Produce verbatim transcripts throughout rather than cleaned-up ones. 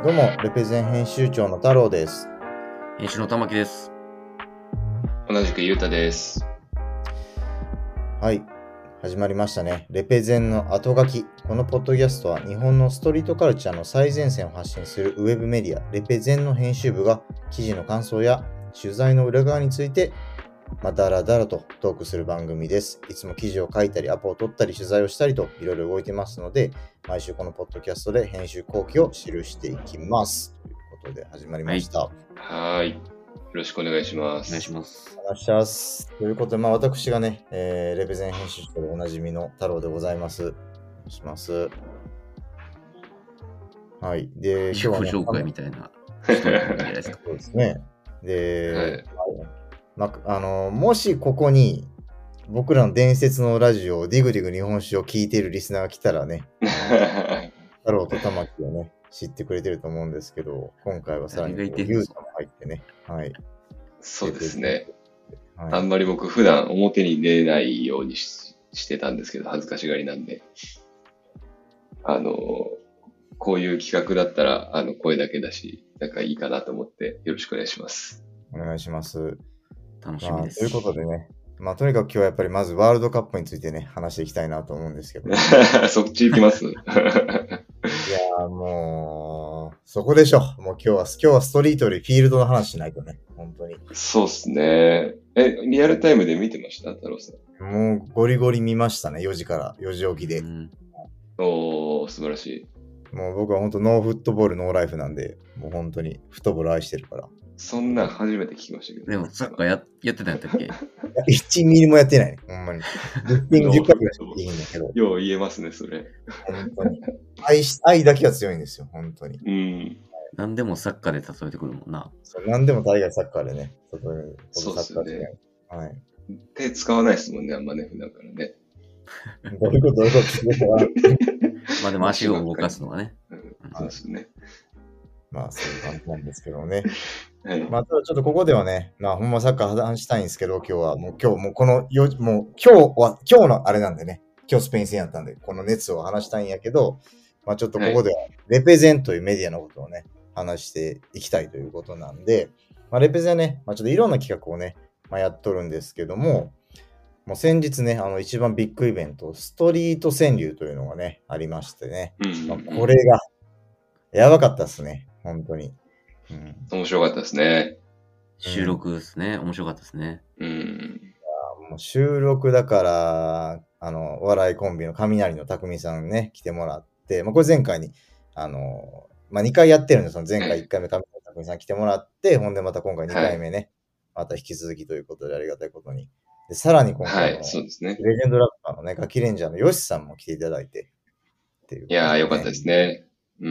どうも、レペゼン編集長の太郎です。 編集の玉木です。 同じくゆうたです。 はい、始まりましたね。レペゼンの後書き。このポッドキャストは日本のストリートカルチャーの最前線を発信するウェブメディア、レペゼンの編集部が記事の感想や取材の裏側について、まあ、だらだらとトークする番組です。いつも記事を書いたり、アポを取ったり、取材をしたりといろいろ動いてますので、毎週このポッドキャストで編集後期を記していきます。ということで始まりました。 はい。よろしくお願いします。 お願いします。 お願いします。ということで、まあ、私がね、えー、レペゼン編集長でおなじみの太郎でございます。お願いします。はい。で、 今日は、ね、自己紹介みたいな人じゃないですか。 そうですね。で、はいまあ、あのもしここに僕らの伝説のラジオ、ディグディグ日本史を聞いているリスナーが来たらね、太郎と玉木をね、知ってくれてると思うんですけど、今回はさらにユータも入ってね。はい。 そうですね。はい、あんまり僕普段表に出ないように し, してたんですけど、恥ずかしがりなんで。あの、こういう企画だったら、あの、声だけだし、なんかいいかなと思って、よろしくお願いします。 お願いします。 楽しみです。 まあ、ということでね、まあ、とにかく今日はやっぱりまずワールドカップについてね、話していきたいなと思うんですけど。 そっち行きますいやもう、そこでしょ。もう今日は、今日はストリートよりフィールドの話しないとね、本当に。 そうっすね。え、リアルタイムで見てました太郎さん。 もうゴリゴリ見ましたね、よじから、よじ起きで。うん、 おー、素晴らしい。もう僕は本当ノーフットボール、ノーライフなんで、もう本当にフットボール愛してるから。 そんなん初めて聞きましたけど。 でもサッカー や, やってたんやったっけいちミリもやってない、ね、ほんまに。じゅってんじゅっかいぐらいしかいいんだけど。 よう言えますね、それ。 本当に。愛, 愛だけは強いんですよ、本当に。 うん。 何でもサッカーで例えてくるもんな。 そう何でも大概サッカーでね。 そうですよね。 はい。 手使わないですもんね、あんまね、普段からね。 どういうことどういうことまあでも足を動かすのはね。 うん、そうですね。 まあそういう感じなんですけどね。 はい、 まあただちょっとここではね、まあほんまサッカー話したいんですけど、今日はもう今日もうこのよもう今日は今日のあれなんでね、今日スペイン戦やったんで、この熱を話したいんやけど、まあちょっとここではレペゼンというメディアのことをね、話していきたいということなんで、まあレペゼンね、まあちょっといろんな企画をね、まあやっとるんですけども、もう先日ね、あの一番ビッグイベント、ストリート川柳というのがね、ありましてね、まあ、これがやばかったっすね、本当に。 うん、面白かったですね。 収録ですね、うん、面白かったですね。 うん。いやもう収録だから、あの、お笑いコンビの雷の匠さんね、来てもらって、まあ、これ前回に、あの、まあ、にかいやってるんで、その前回いっかいめ、雷の匠さん来てもらって、ほんでまた今回にかいめね、はい、また引き続きということでありがたいことに。でさらに今回の、 はい、そうですね。 レジェンドラッパーのね、ガキレンジャーのヨシさんも来ていただいて、 っていう、ね。いやー、よかったですね。うん。うん、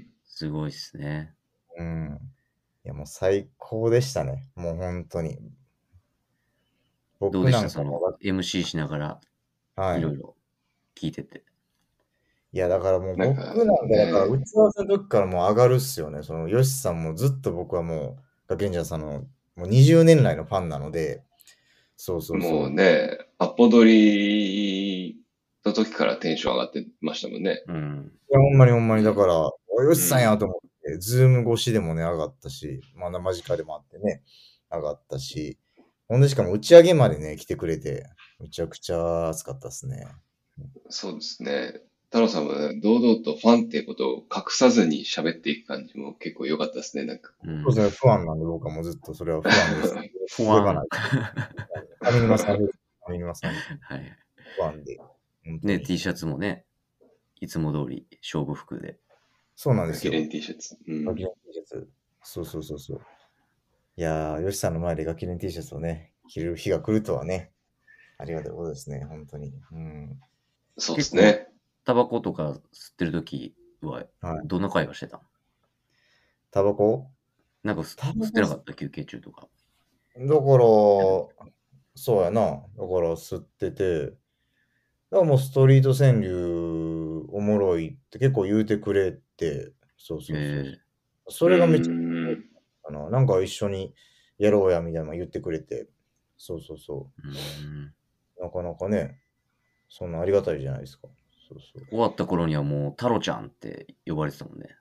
すごいですね。 うん。いや、もう最高でしたね。もう本当に。 どうでしたその エムシー しながらいろいろ聞いてて。 いや、だからもう僕なんか、だから打ち合わせの時からもう上がるっすよね。その、ヨシさんもずっと僕はもう、ガキレンジャーさんのもうにじゅうねん来のファンなので、そうそうそう。 もうね、アポ取りの時からテンション上がってましたもんね。 うん。 いや、ほんまにほんまに、だから、ヨシさんやと思って、うん、ズーム越しでもね、上がったし、まあ生近でもあってね、上がったし、ほんでしかも打ち上げまでね、来てくれて、めちゃくちゃ熱かったっすね。 そうですね。太郎さんも、ね、堂々とファンっていうことを隠さずに喋っていく感じも結構良かったですね、なんか。 うん、そうですね、不安なんで僕はもうずっとそれは不安です。 不安。 上沼さんです。上沼さん。 はい。 不安で。 ね、T シャツもね、いつも通り勝負服で。 そうなんですよ。 ガキレン T シャツ。 うん、ガキレン T シャツ。そうそうそうそう。いやー、ヨシさんの前でガキレン T シャツをね、着る日が来るとはね、ありがたいことですね、本当に。うん、 そうですね。 タバコとか吸ってるときは、どんな会話してたの？ タバコなんか吸ってなかった休憩中とか。 だから、そうやな。だから吸ってて、だからもうストリート川柳おもろいって結構言うてくれて、そうそうそう。えー、それがめっちゃかな。なんか一緒にやろうやみたいなの言ってくれて、そうそうそう。うんなかなかね、そんなありがたいじゃないですか。そうそう終わった頃にはもうタロちゃんって呼ばれてたもんね。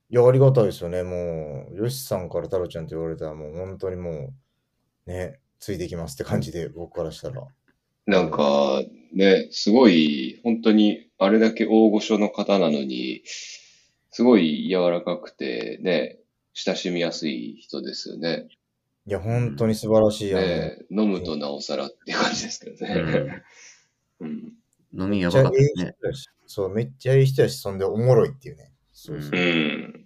いや、ありがたいですよね。もう、ヨシさんから太郎ちゃんって言われたら、もう本当にもう、ね、ついてきますって感じで、僕からしたら。 なんか、ね、すごい、本当に、あれだけ大御所の方なのに、すごい柔らかくて、ね、親しみやすい人ですよね。 いや、本当に素晴らしい。 ね、飲むとなおさらっていう感じですけどね。 うん、飲みやばかったですね。 そう、めっちゃいい人やし、そんでおもろいっていうね。 そうそう。うん、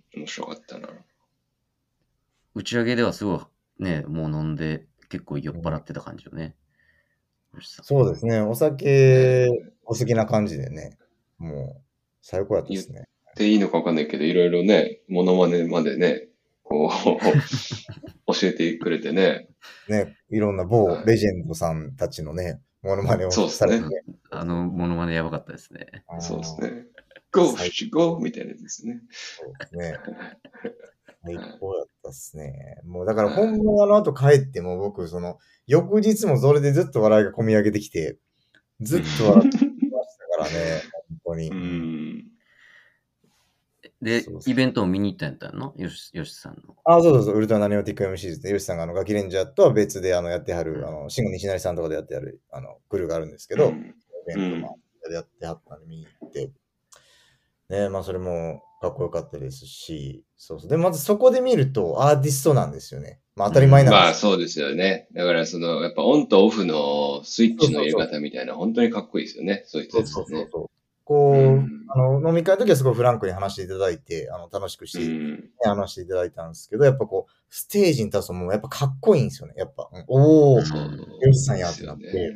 面白かったな。 打ち上げではすごい、ね、もう飲んで結構酔っ払ってた感じよね。 うん、そうですね。お酒、お好きな感じでね。もう、最高やったですね。 言っていいのかわかんないけど、いろいろね、モノマネまでね、こう、教えてくれてね。 ね、いろんな某レジェンドさんたちのね、モノマネをされて、ね、 あのモノマネやばかったですね。 そうですね。ゴーシュゴーみたいなやつですね。 そうですね。最高やったっすね。もうだから本番の後帰っても僕、その、翌日もそれでずっと笑いが込み上げてきて、ずっと笑ってましたからね、本当に。うんで、そうそうイベントを見に行ったんやったのよし、よしさんの。 あ、そうそうそう、ウルトラナニオティック エムシー ですね。よしさんがあのガキレンジャーとは別であのやってはる、うん、あの、シンゴ西成さんとかでやってはる、あの、クルーがあるんですけど、うん、イベントまでやってはったんで見に行って、ね、まあそれもかっこよかったですし、そうそう。で、まずそこで見るとアーティストなんですよね。まあ当たり前なんです、 うん、まあそうですよね。だからその、やっぱオンとオフのスイッチの入れ方みたいな、本当にかっこいいですよね。そういう人ですね。そうそうそう。 こう、うん、あの、飲み会の時はすごいフランクに話していただいて、あの、楽しくして、ね、うん、話していただいたんですけど、やっぱこう、ステージに立つともうやっぱかっこいいんですよね。やっぱ、うん、おー、ヨシさんやってなって。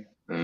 うん。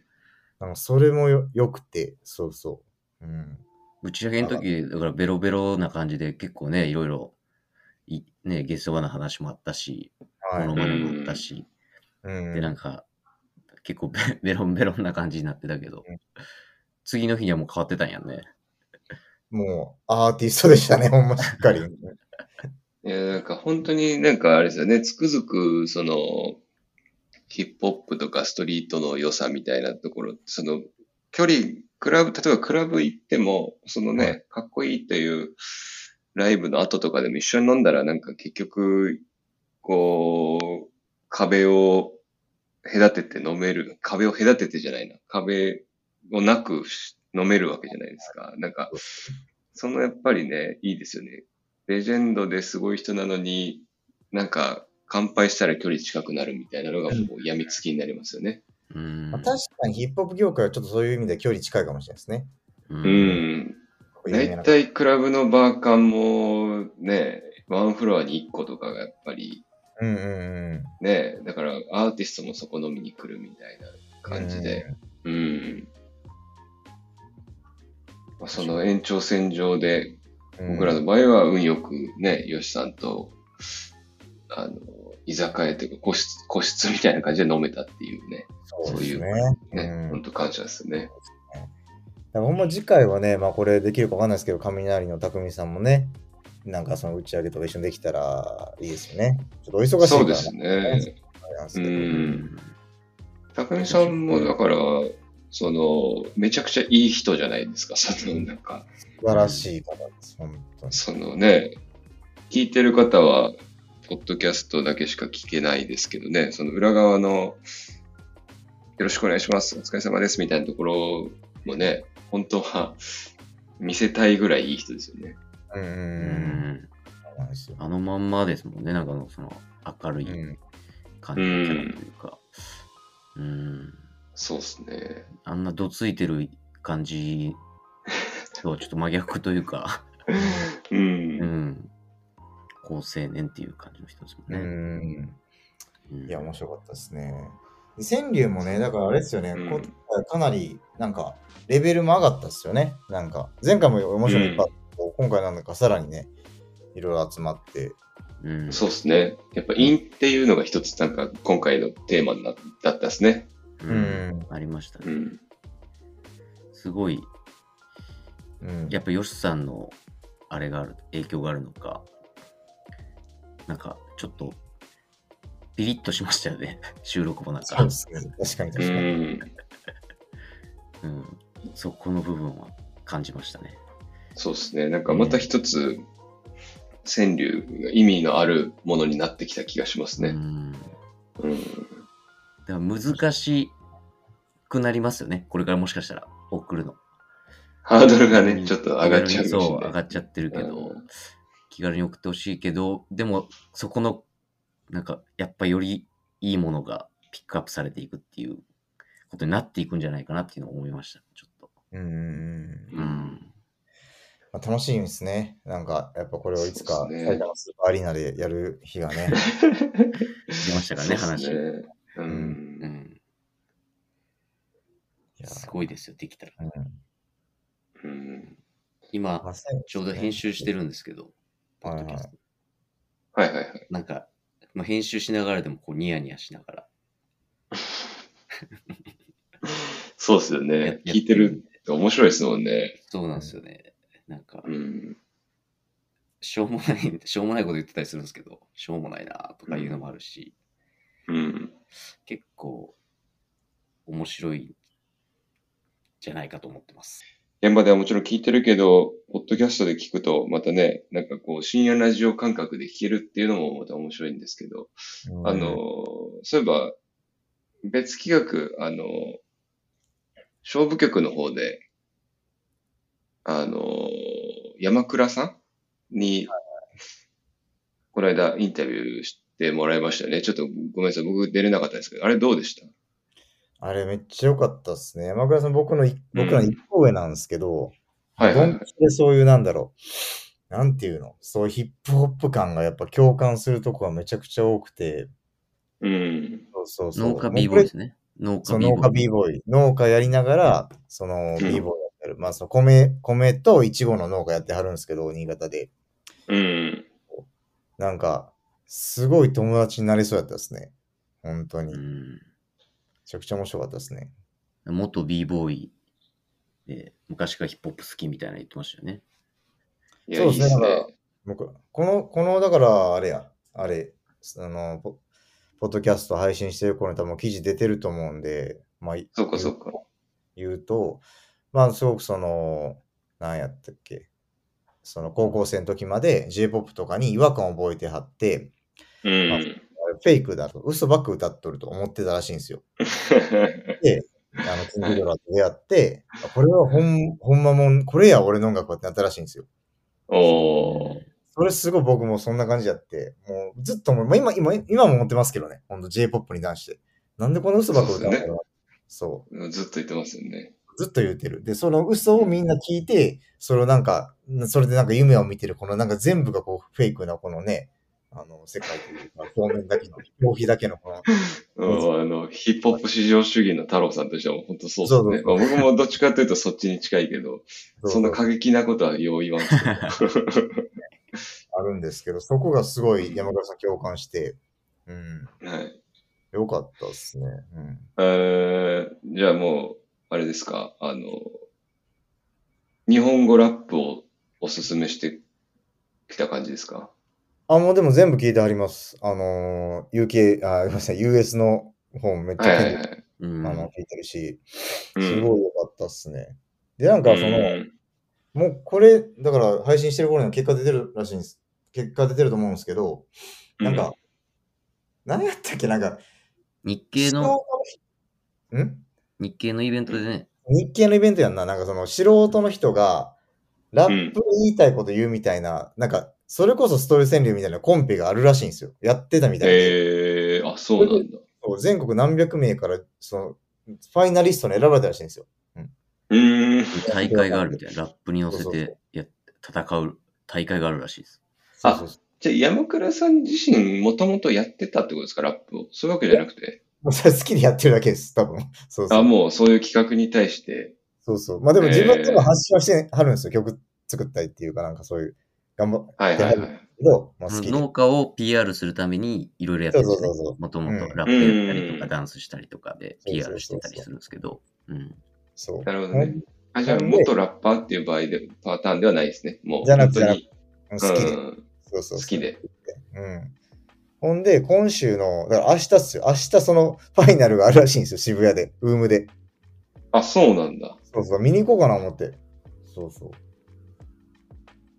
なんかそれもよ、よくて、そうそう。うん。 打ち上げの時、だからベロベロな感じで結構ね、いろいろ、いね、ゲスト場の話もあったし、モノマネもあったし、うん、で、なんか、結構ベベロンベロンな感じになってたけど、うん、次の日にはもう変わってたんやね。 もう、アーティストでしたね、ほんましっかり。 いや、なんか本当になんかあれですよね、つくづく、その、ヒップホップとかストリートの良さみたいなところ、その、距離、クラブ、例えばクラブ行っても、そのね、はい、かっこいいというライブの後とかでも一緒に飲んだらなんか結局、こう、壁を隔てて飲める、壁を隔ててじゃないな、壁をなく飲めるわけじゃないですか。なんか、そのやっぱりね、いいですよね。レジェンドですごい人なのに、なんか、乾杯したら距離近くなるみたいなのがもう病みつきになりますよね。 うん、まあ、確かにヒップホップ業界はちょっとそういう意味で距離近いかもしれないですね。 うん。大体、うん、クラブのバーカンもね、ワンフロアにいっことかがやっぱり、 うんうんうん、 ね、だからアーティストもそこ飲みに来るみたいな感じで、うん。うんまあ、その延長線上で、僕らの場合は運よくね、ヨシさんと、あの、居酒屋というか個室、個室みたいな感じで飲めたっていうね。そうですね。そういうね、うん、本当感謝ですね。 だからほんま次回はね、まあこれできるかわかんないですけど、雷の匠さんもね、なんかその打ち上げとか一緒にできたらいいですよね。ちょっとお忙しいから、ね。 そうですね。うん。匠さんもだから、その、めちゃくちゃいい人じゃないですか、その、なんか。 素晴らしい方です、本当に。 そのね、聞いてる方は、ポッドキャストだけしか聞けないですけどね、その裏側の、よろしくお願いします、お疲れ様ですみたいなところもね、本当は見せたいぐらいいい人ですよね。 うん。うんあのまんまですもんね、なんかのその明るい感じのキャラというか。 うん。うんそうですね。 あんなどついてる感じとちょっと真逆というか、 うん。 うん好青年っていう感じの人ですもんね。 うんうん、いや、面白かったですね。川柳もね、だからあれですよね、うん、かなりなんかレベルも上がったっすよね。なんか前回も面白いいっぱいあったけど、うん、今回なんかさらにね、いろいろ集まって。 うん、そうですね。やっぱ陰っていうのが一つなんか今回のテーマになったですね。 うん、うん、ありましたね。うん、すごい、うん、やっぱヨシさんのあれがある、影響があるのか。なんかちょっとピリッとしましたよね、収録もなんか。 そうですね、確かに確かに。うん、 うん、そこの部分は感じましたね。 そうですね、なんかまた一つ川柳が意味のあるものになってきた気がしますね。うん。うん、 だから難しくなりますよね。これからもしかしたら送るの。 ハードルがね、ちょっと上がっちゃうかもしれない。 そう、上がっちゃってるけど、うん、気軽に送ってほしいけど、でもそこの、なんか、やっぱよりいいものがピックアップされていくっていうことになっていくんじゃないかなっていうのを思いました、ちょっと。うん。うん。 まあ、楽しいですね。なんか、やっぱこれをいつか埼玉スーパーアリーナでやる日がね。 出ましたからね、話。 うん。うん。 いやすごいですよ、できたら。うん、今、まあね、ちょうど編集してるんですけど、ポッドキャスト。 はいはいはい。 なんか、まあ、編集しながらでもこうニヤニヤしながら。 そうですよね。聞いてるって面白いですもんね。 そうなんですよね。なんか、うん、しょうもない、しょうもないこと言ってたりするんですけど、しょうもないなとかいうのもあるし、 うん、 結構面白いんじゃないかと思ってます。 現場ではもちろん聞いてるけど、ポッドキャストで聞くと、またね、なんかこう、深夜ラジオ感覚で聞けるっていうのもまた面白いんですけど、うん、あの、そういえば、別企画、あの、勝負局の方で、あの、山倉さんに、この間インタビューしてもらいましたよね。ちょっとごめんなさい、僕出れなかったですけど、あれどうでした？ あれめっちゃ良かったっすね。山倉さん、僕の、僕ら一個上なんですけど、 うん、はいはい、はい。 でそういうなんだろう。なんていうのそういうヒップホップ感がやっぱ共感するとこがめちゃくちゃ多くて。 うん。 そうそうそう。 農家 b ボーイですね。 農家 b ボーイ。農家 b ボーイ。農家やりながら、その b ボーイやってる。うん、まあその米、米とイチゴの農家やってはるんですけど、新潟で。 うん。 なんか、すごい友達になりそうやったですね。本当に。うん、めちゃくちゃ面白かったですね。 元 b ボーイで、昔からヒップホップ好きみたいな言ってましたよね。 そうですね。だから僕、この、この、だから、あれや、あれ、あの、ポ、ポッドキャスト配信してる頃に多分記事出てると思うんで、まあ、 そうかそうか。 言うと、まあ、すごくその、なんやったっけ、その高校生の時まで J-ポップ とかに違和感を覚えてはって、 うんまあ、フェイクだと、嘘ばっか歌っとると思ってたらしいんですよ。で、あの、キングドラと出会って、これはほん、ほんまもん、これや俺の音楽ってなったらしいんですよ。 おー。 それすごい僕もそんな感じやって、もうずっともう、まあ、今、今、今も思ってますけどね、ほんと J-ポップ に関して。なんでこの嘘ばっか歌うんだろう。そう。 ずっと言ってますよね。 ずっと言ってる。で、その嘘をみんな聞いて、それをなんか、それでなんか夢を見てる、このなんか全部がこうフェイクなこのね、あの、世界というか、表面だけの、表皮だけのこの。 あの、ヒップホップ至上主義の太郎さんとしては本当そうですね。そうそうそう、まあ、僕もどっちかというとそっちに近いけど、そうそうそんな過激なことはよう言わんけど。 あるんですけど、そこがすごい山倉さん共感して、うん。 はい。 よかったっすね。うん。 えー、じゃあもう、あれですか、あの、日本語ラップをおすすめしてきた感じですか？ あ、もうでも全部聞いてあります。あのー、ユーケー、あ、ごめんなさい、ユーエス の方めっちゃはいはいはい、 あの聞いてるし、すごい良かったっすね。うん、で、なんかその、うん、もうこれ、だから配信してる頃には結果出てるらしいんです。結果出てると思うんですけど、なんか、うん、何やったっけ、なんか、 日系の、 ん日系のイベントでね。 日系のイベントやんな。なんかその素人の人が、ラップで言いたいこと言うみたいな、うん、なんか、それこそストーリー川柳みたいなコンペがあるらしいんですよ。やってたみたいで。えー、あ、そうなんだ。 そう全国何百名から、その、ファイナリストに選ばれたらしいんですよ。 うん。 大会があるみたいな。ラップに乗せてや戦う大会があるらしいです。 あ、そうそうそう、じゃあ山倉さん自身もともとやってたってことですか、ラップを。そういうわけじゃなくて。 好きでやってるだけです、多分。そうそう。 あ、もうそういう企画に対して。 そうそう。まあでも自分でも発信はしてはるんですよ。曲作ったりっていうか、なんかそういう、頑張ってはるけど、まあ好きで。 農家を ピーアール するためにいろいろやってるんですね。もともとラップやったりとかダンスしたりとかで ピーアール してたりするんですけど。 そう。なるほどね。あ、じゃあ元ラッパーっていう場合で、パターンではないですね。もうじゃなくて、 好きで。そうそう。好きで。 うん。ほんで、今週の、だから明日っすよ。明日そのファイナルがあるらしいんですよ、渋谷で、ウームで。 あ、そうなんだ。 そうそう、見に行こうかな思って。そうそう。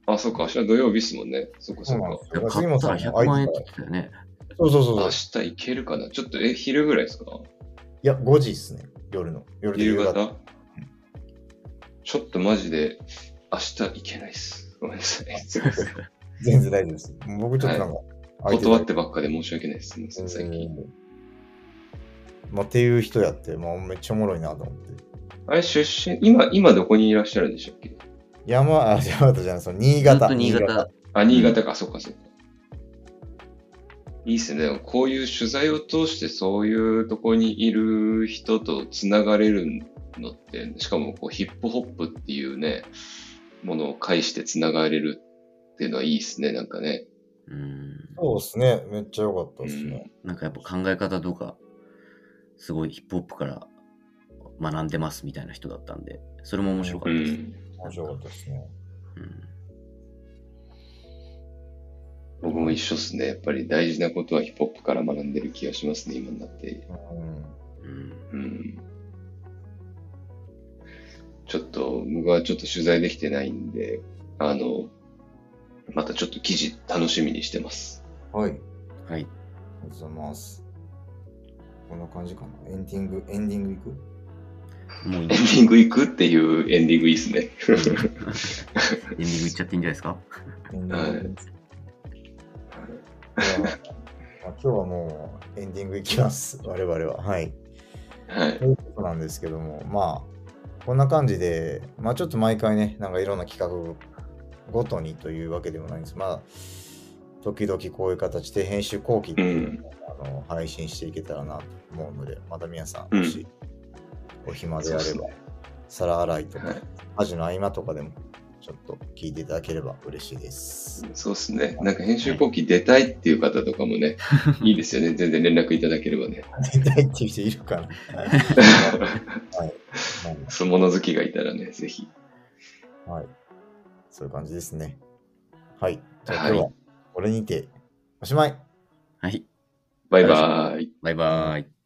あ、そっか、明日土曜日っすもんね。そっかそっか。 買ったらひゃくまん円って言ってたよね。 そうそうそうそう。 明日行けるかなちょっと、え、昼ぐらいですか？ いや、ごじっすね。夜の。夜夕方ちょっとマジで、明日行けないっす。ごめんなさい。 全然大丈夫です。僕ちょっとなんか、 はい、断ってばっかで申し訳ないです。すみません、最近。 まあ、っていう人やって、まあ、めっちゃおもろいなと思って。 あれ、出身、今、今どこにいらっしゃるんでしたっけ？ 山、あ、山形じゃない、その新潟。 新潟。 あ、新潟か、そっかそっか。いいっすね。こういう取材を通してそういうとこにいる人とつながれるのって、しかもこうヒップホップっていうね、ものを介してつながれるっていうのはいいっすね、なんかね。 うん。 そうですね。めっちゃ良かったですね、 うん。なんかやっぱ考え方とか、すごいヒップホップから学んでますみたいな人だったんで、それも面白かったです。うん、 面白かったですね。うん僕も一緒っすね。やっぱり大事なことはヒップホップから学んでる気がしますね、今になって。うんうん、ちょっと、僕はちょっと取材できてないんで、あの、またちょっと記事楽しみにしてます。 はい。はい。 ありがとうございます。こんな感じかな。エンディング、エンディングいく？ もうエンディングいくっていうエンディングいいっすね。エンディングいっちゃっていいんじゃないですか？ エンディング今日はもうエンディングいきます、我々は。はい。 はい。 ということなんですけども、まあ、こんな感じで、まあちょっと毎回ね、なんかいろんな企画ごとにというわけでもないんです。まあ、時々こういう形で編集後期っていうのを、うん、あの配信していけたらなと思うので、また皆さん、もしお暇であれば、うん、皿洗いとか、はい、家事の合間とかでも、ちょっと聞いていただければ嬉しいです。 そうですね。なんか編集後期出たいっていう方とかもね、はい、いいですよね。全然連絡いただければね。 出たいっていう人いるかな。 はい。その物好きがいたらね、ぜひ。 はい。そういう感じですね。はい。じゃあ今日はこれにておしまい。 はい。 バイバーイ。 バイバーイ。